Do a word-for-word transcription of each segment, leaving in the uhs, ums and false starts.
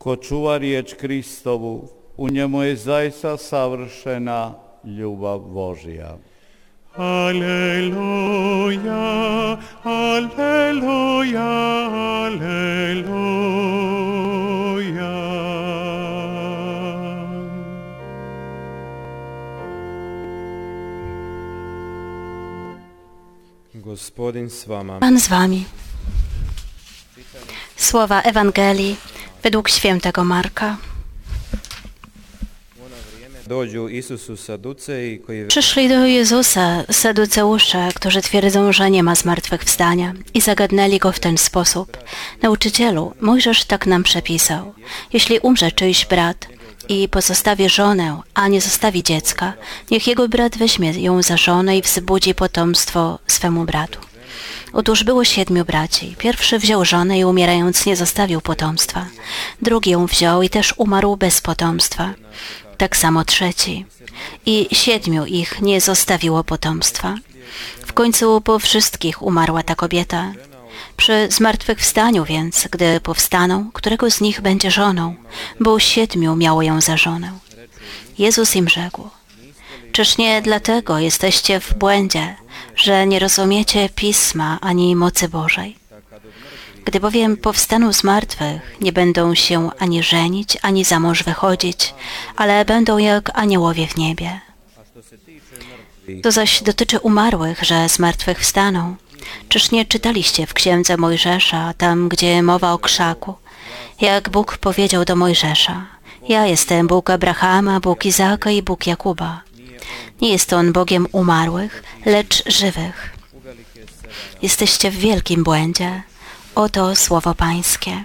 ko čuva riječ Kristovu, u njemu je zaista savršena ljubav Božja. Aleluja, aleluja, aleluja. Gospodin s wama. Pan z wami. Słowa Ewangelii według świętego Marka. Dođu Isusu Saducei koji... Przyszli do Jezusa Saduceusze, którzy twierdzą, że nie ma zmartwychwstania, i zagadnęli go w ten sposób. Nauczycielu, Mojżesz tak nam przepisał. Jeśli umrze czyjś brat i pozostawi żonę, a nie zostawi dziecka, niech jego brat weźmie ją za żonę i wzbudzi potomstwo swemu bratu. Otóż było siedmiu braci. Pierwszy wziął żonę i umierając nie zostawił potomstwa. Drugi ją wziął i też umarł bez potomstwa. Tak samo trzeci. I siedmiu ich nie zostawiło potomstwa. W końcu po wszystkich umarła ta kobieta. Przy zmartwychwstaniu więc, gdy powstaną, którego z nich będzie żoną, bo siedmiu miało ją za żonę. Jezus im rzekł: czyż nie dlatego jesteście w błędzie, że nie rozumiecie Pisma ani mocy Bożej? Gdy bowiem powstaną z martwych, nie będą się ani żenić, ani za mąż wychodzić, ale będą jak aniołowie w niebie. To zaś dotyczy umarłych, że z martwych wstaną. Czyż nie czytaliście w księdze Mojżesza, tam gdzie mowa o krzaku, jak Bóg powiedział do Mojżesza: ja jestem Bóg Abrahama, Bóg Izaaka i Bóg Jakuba. Nie jest On Bogiem umarłych, lecz żywych. Jesteście w wielkim błędzie. Oto słowo Pańskie.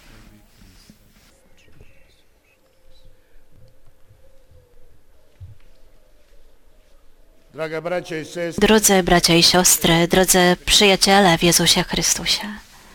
Drodzy bracia i siostry, drodzy przyjaciele w Jezusie Chrystusie.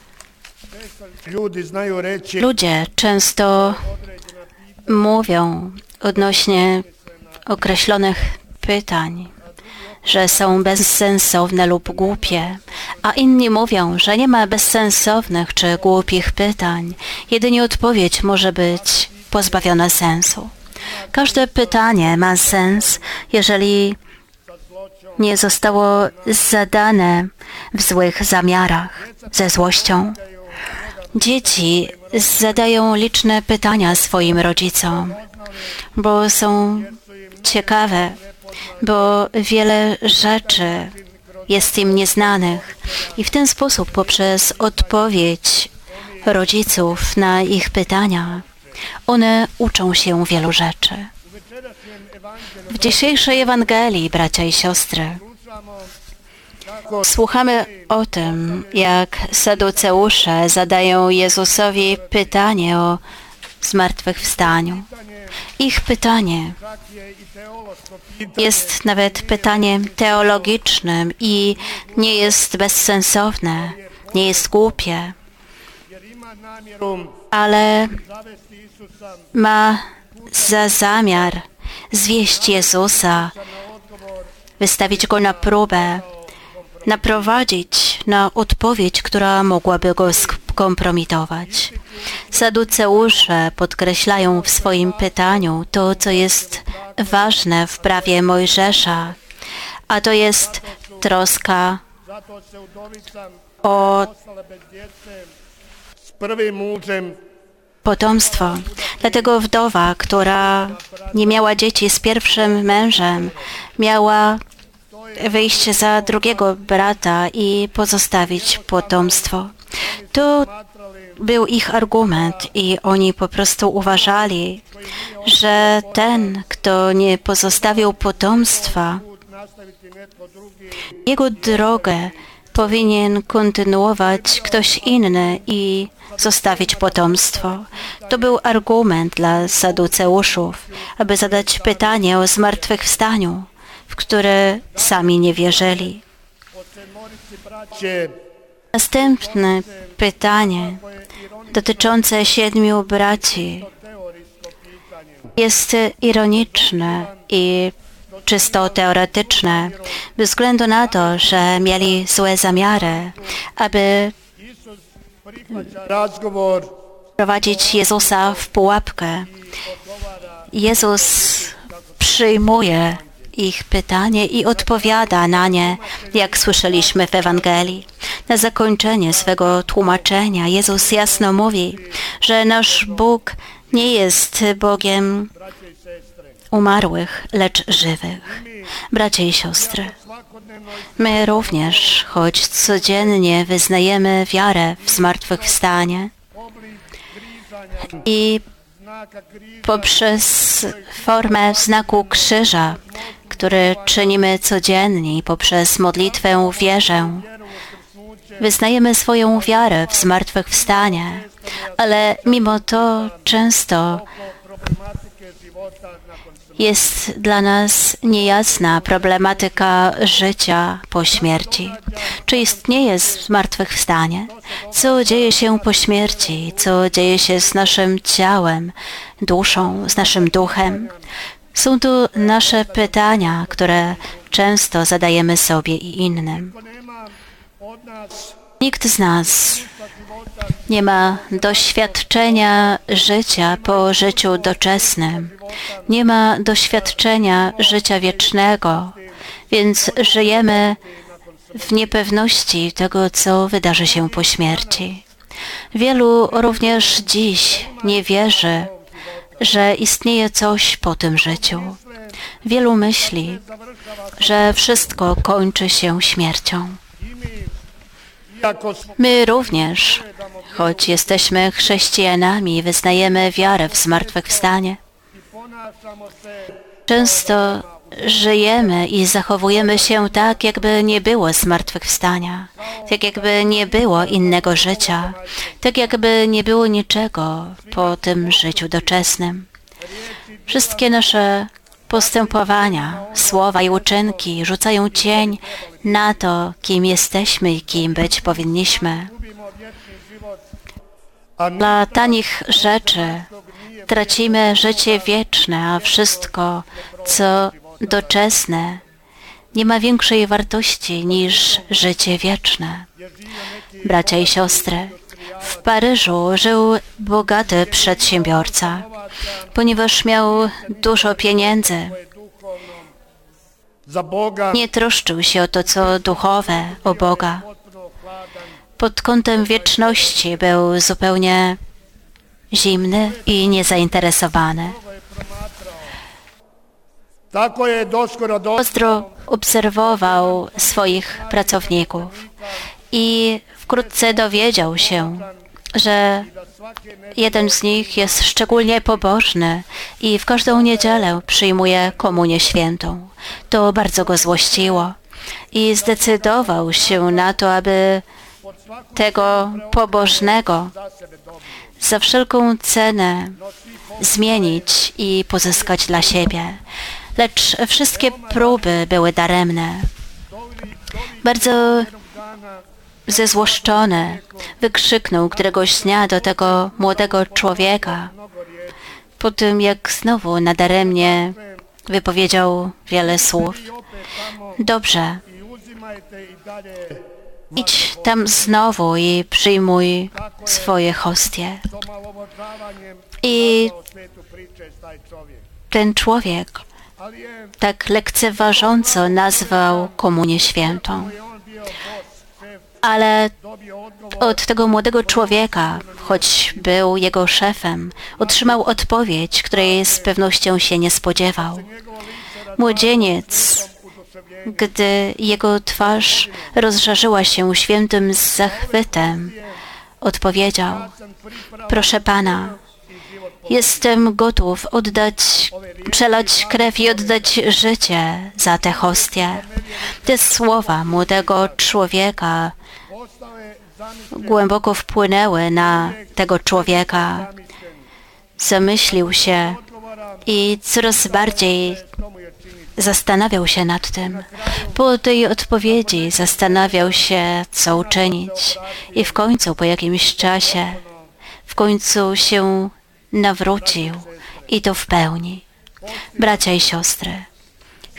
Ludzie często mówią odnośnie określonych pytań, że są bezsensowne lub głupie, a inni mówią, że nie ma bezsensownych czy głupich pytań. Jedynie odpowiedź może być pozbawiona sensu. Każde pytanie ma sens, jeżeli nie zostało zadane w złych zamiarach, ze złością. Dzieci zadają liczne pytania swoim rodzicom, bo są ciekawe, bo wiele rzeczy jest im nieznanych i w ten sposób poprzez odpowiedź rodziców na ich pytania one uczą się wielu rzeczy. W dzisiejszej Ewangelii, bracia i siostry, słuchamy o tym, jak Saduceusze zadają Jezusowi pytanie o zmartwychwstaniu. Ich pytanie jest nawet pytaniem teologicznym i nie jest bezsensowne, nie jest głupie, ale ma za zamiar zwieść Jezusa, wystawić Go na próbę, naprowadzić na odpowiedź, która mogłaby Go skompromitować. Saduceusze podkreślają w swoim pytaniu to, co jest ważne w prawie Mojżesza, a to jest troska o potomstwo. Dlatego wdowa, która nie miała dzieci z pierwszym mężem, miała wyjść za drugiego brata i pozostawić potomstwo. To był ich argument i oni po prostu uważali, że ten, kto nie pozostawił potomstwa, jego drogę powinien kontynuować ktoś inny i zostawić potomstwo. To był argument dla Saduceuszów, aby zadać pytanie o zmartwychwstaniu, w które sami nie wierzyli. Następne pytanie dotyczące siedmiu braci jest ironiczne i czysto teoretyczne, bez względu na to, że mieli złe zamiary, aby prowadzić Jezusa w pułapkę. Jezus przyjmuje ich pytanie i odpowiada na nie, jak słyszeliśmy w Ewangelii. Na zakończenie swego tłumaczenia Jezus jasno mówi, że nasz Bóg nie jest Bogiem umarłych, lecz żywych. Bracia i siostry, my również, choć codziennie wyznajemy wiarę w zmartwychwstanie i poprzez formę znaku krzyża, który czynimy codziennie, poprzez modlitwę wierzę, wyznajemy swoją wiarę w zmartwychwstanie, ale mimo to często jest dla nas niejasna problematyka życia po śmierci. Czy istnieje zmartwychwstanie? Co dzieje się po śmierci? Co dzieje się z naszym ciałem, duszą, z naszym duchem? Są to nasze pytania, które często zadajemy sobie i innym. Nikt z nas nie ma doświadczenia życia po życiu doczesnym. Nie ma doświadczenia życia wiecznego, więc żyjemy w niepewności tego, co wydarzy się po śmierci. Wielu również dziś nie wierzy, że istnieje coś po tym życiu. Wielu myśli, że wszystko kończy się śmiercią. My również, choć jesteśmy chrześcijanami, wyznajemy wiarę w zmartwychwstanie. Często żyjemy i zachowujemy się tak, jakby nie było zmartwychwstania, tak jakby nie było innego życia, tak jakby nie było niczego po tym życiu doczesnym. Wszystkie nasze postępowania, słowa i uczynki rzucają cień na to, kim jesteśmy i kim być powinniśmy. Dla tanich rzeczy tracimy życie wieczne, a wszystko, co doczesne, nie ma większej wartości niż życie wieczne. Bracia i siostry, w Paryżu żył bogaty przedsiębiorca. Ponieważ miał dużo pieniędzy, nie troszczył się o to, co duchowe, o Boga. Pod kątem wieczności był zupełnie zimny i niezainteresowany. Ostro obserwował swoich pracowników i wkrótce dowiedział się, że jeden z nich jest szczególnie pobożny i w każdą niedzielę przyjmuje komunię świętą. To bardzo go złościło i zdecydował się na to, aby tego pobożnego za wszelką cenę zmienić i pozyskać dla siebie. Lecz wszystkie próby były daremne. Bardzo zezłoszczony wykrzyknął któregoś dnia do tego młodego człowieka, po tym jak znowu nadaremnie wypowiedział wiele słów. Dobrze, idź tam znowu i przyjmuj swoje hostie. I ten człowiek tak lekceważąco nazwał komunię świętą. Ale od tego młodego człowieka, choć był jego szefem, otrzymał odpowiedź, której z pewnością się nie spodziewał. Młodzieniec, gdy jego twarz rozżarzyła się świętym zachwytem, odpowiedział: proszę Pana, jestem gotów oddać, przelać krew i oddać życie za te hostie. Te słowa młodego człowieka głęboko wpłynęły na tego człowieka. Zamyślił się i coraz bardziej zastanawiał się nad tym. Po tej odpowiedzi zastanawiał się, co uczynić. I w końcu, po jakimś czasie, w końcu się nawrócił i to w pełni. Bracia i siostry,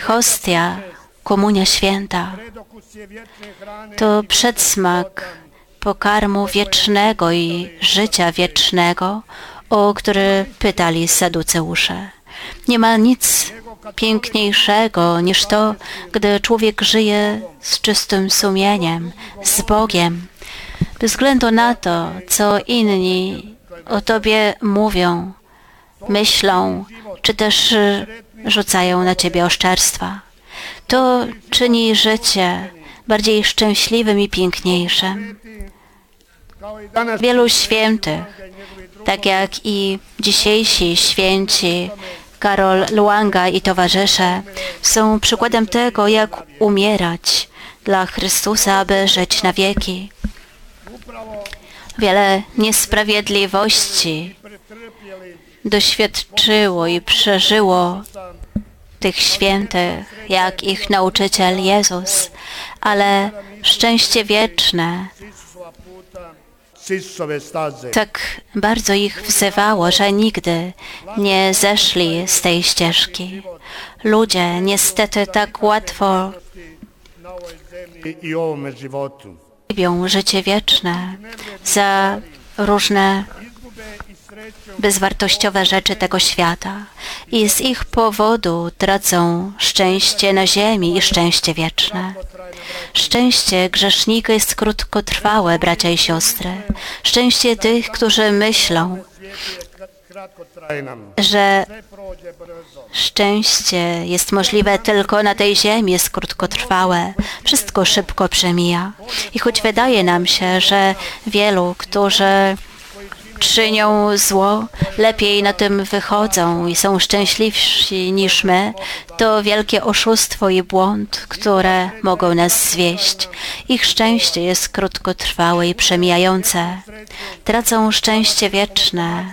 hostia, komunia święta, to przedsmak pokarmu wiecznego i życia wiecznego, o który pytali Saduceusze. Nie ma nic piękniejszego niż to, gdy człowiek żyje z czystym sumieniem, z Bogiem, bez względu na to, co inni o Tobie mówią, myślą, czy też rzucają na Ciebie oszczerstwa. To czyni życie bardziej szczęśliwym i piękniejszym. Wielu świętych, tak jak i dzisiejsi święci Karol Luanga i towarzysze, są przykładem tego, jak umierać dla Chrystusa, aby żyć na wieki. Wiele niesprawiedliwości doświadczyło i przeżyło tych świętych, jak ich nauczyciel Jezus, ale szczęście wieczne tak bardzo ich wzywało, że nigdy nie zeszli z tej ścieżki. Ludzie niestety tak łatwo gubią życie wieczne za różne bezwartościowe rzeczy tego świata i z ich powodu tracą szczęście na ziemi i szczęście wieczne. Szczęście grzesznika jest krótkotrwałe, bracia i siostry. Szczęście tych, którzy myślą, że szczęście jest możliwe tylko na tej ziemi, jest krótkotrwałe. Wszystko szybko przemija. I choć wydaje nam się, że wielu, którzy czynią zło, lepiej na tym wychodzą i są szczęśliwsi niż my, to wielkie oszustwo i błąd, które mogą nas zwieść. Ich szczęście jest krótkotrwałe i przemijające. Tracą szczęście wieczne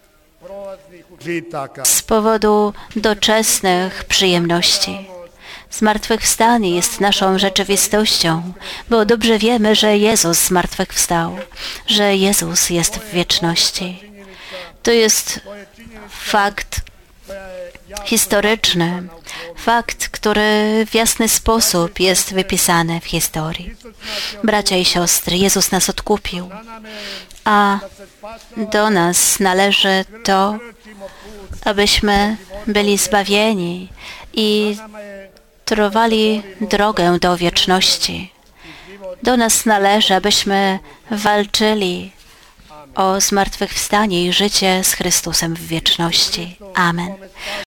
z powodu doczesnych przyjemności. Zmartwychwstanie jest naszą rzeczywistością, bo dobrze wiemy, że Jezus zmartwychwstał, że Jezus jest w wieczności. To jest fakt historyczny, fakt, który w jasny sposób jest wypisany w historii. Bracia i siostry, Jezus nas odkupił, a do nas należy to, abyśmy byli zbawieni i torowali drogę do wieczności. Do nas należy, abyśmy walczyli o zmartwychwstanie i życie z Chrystusem w wieczności. Amen.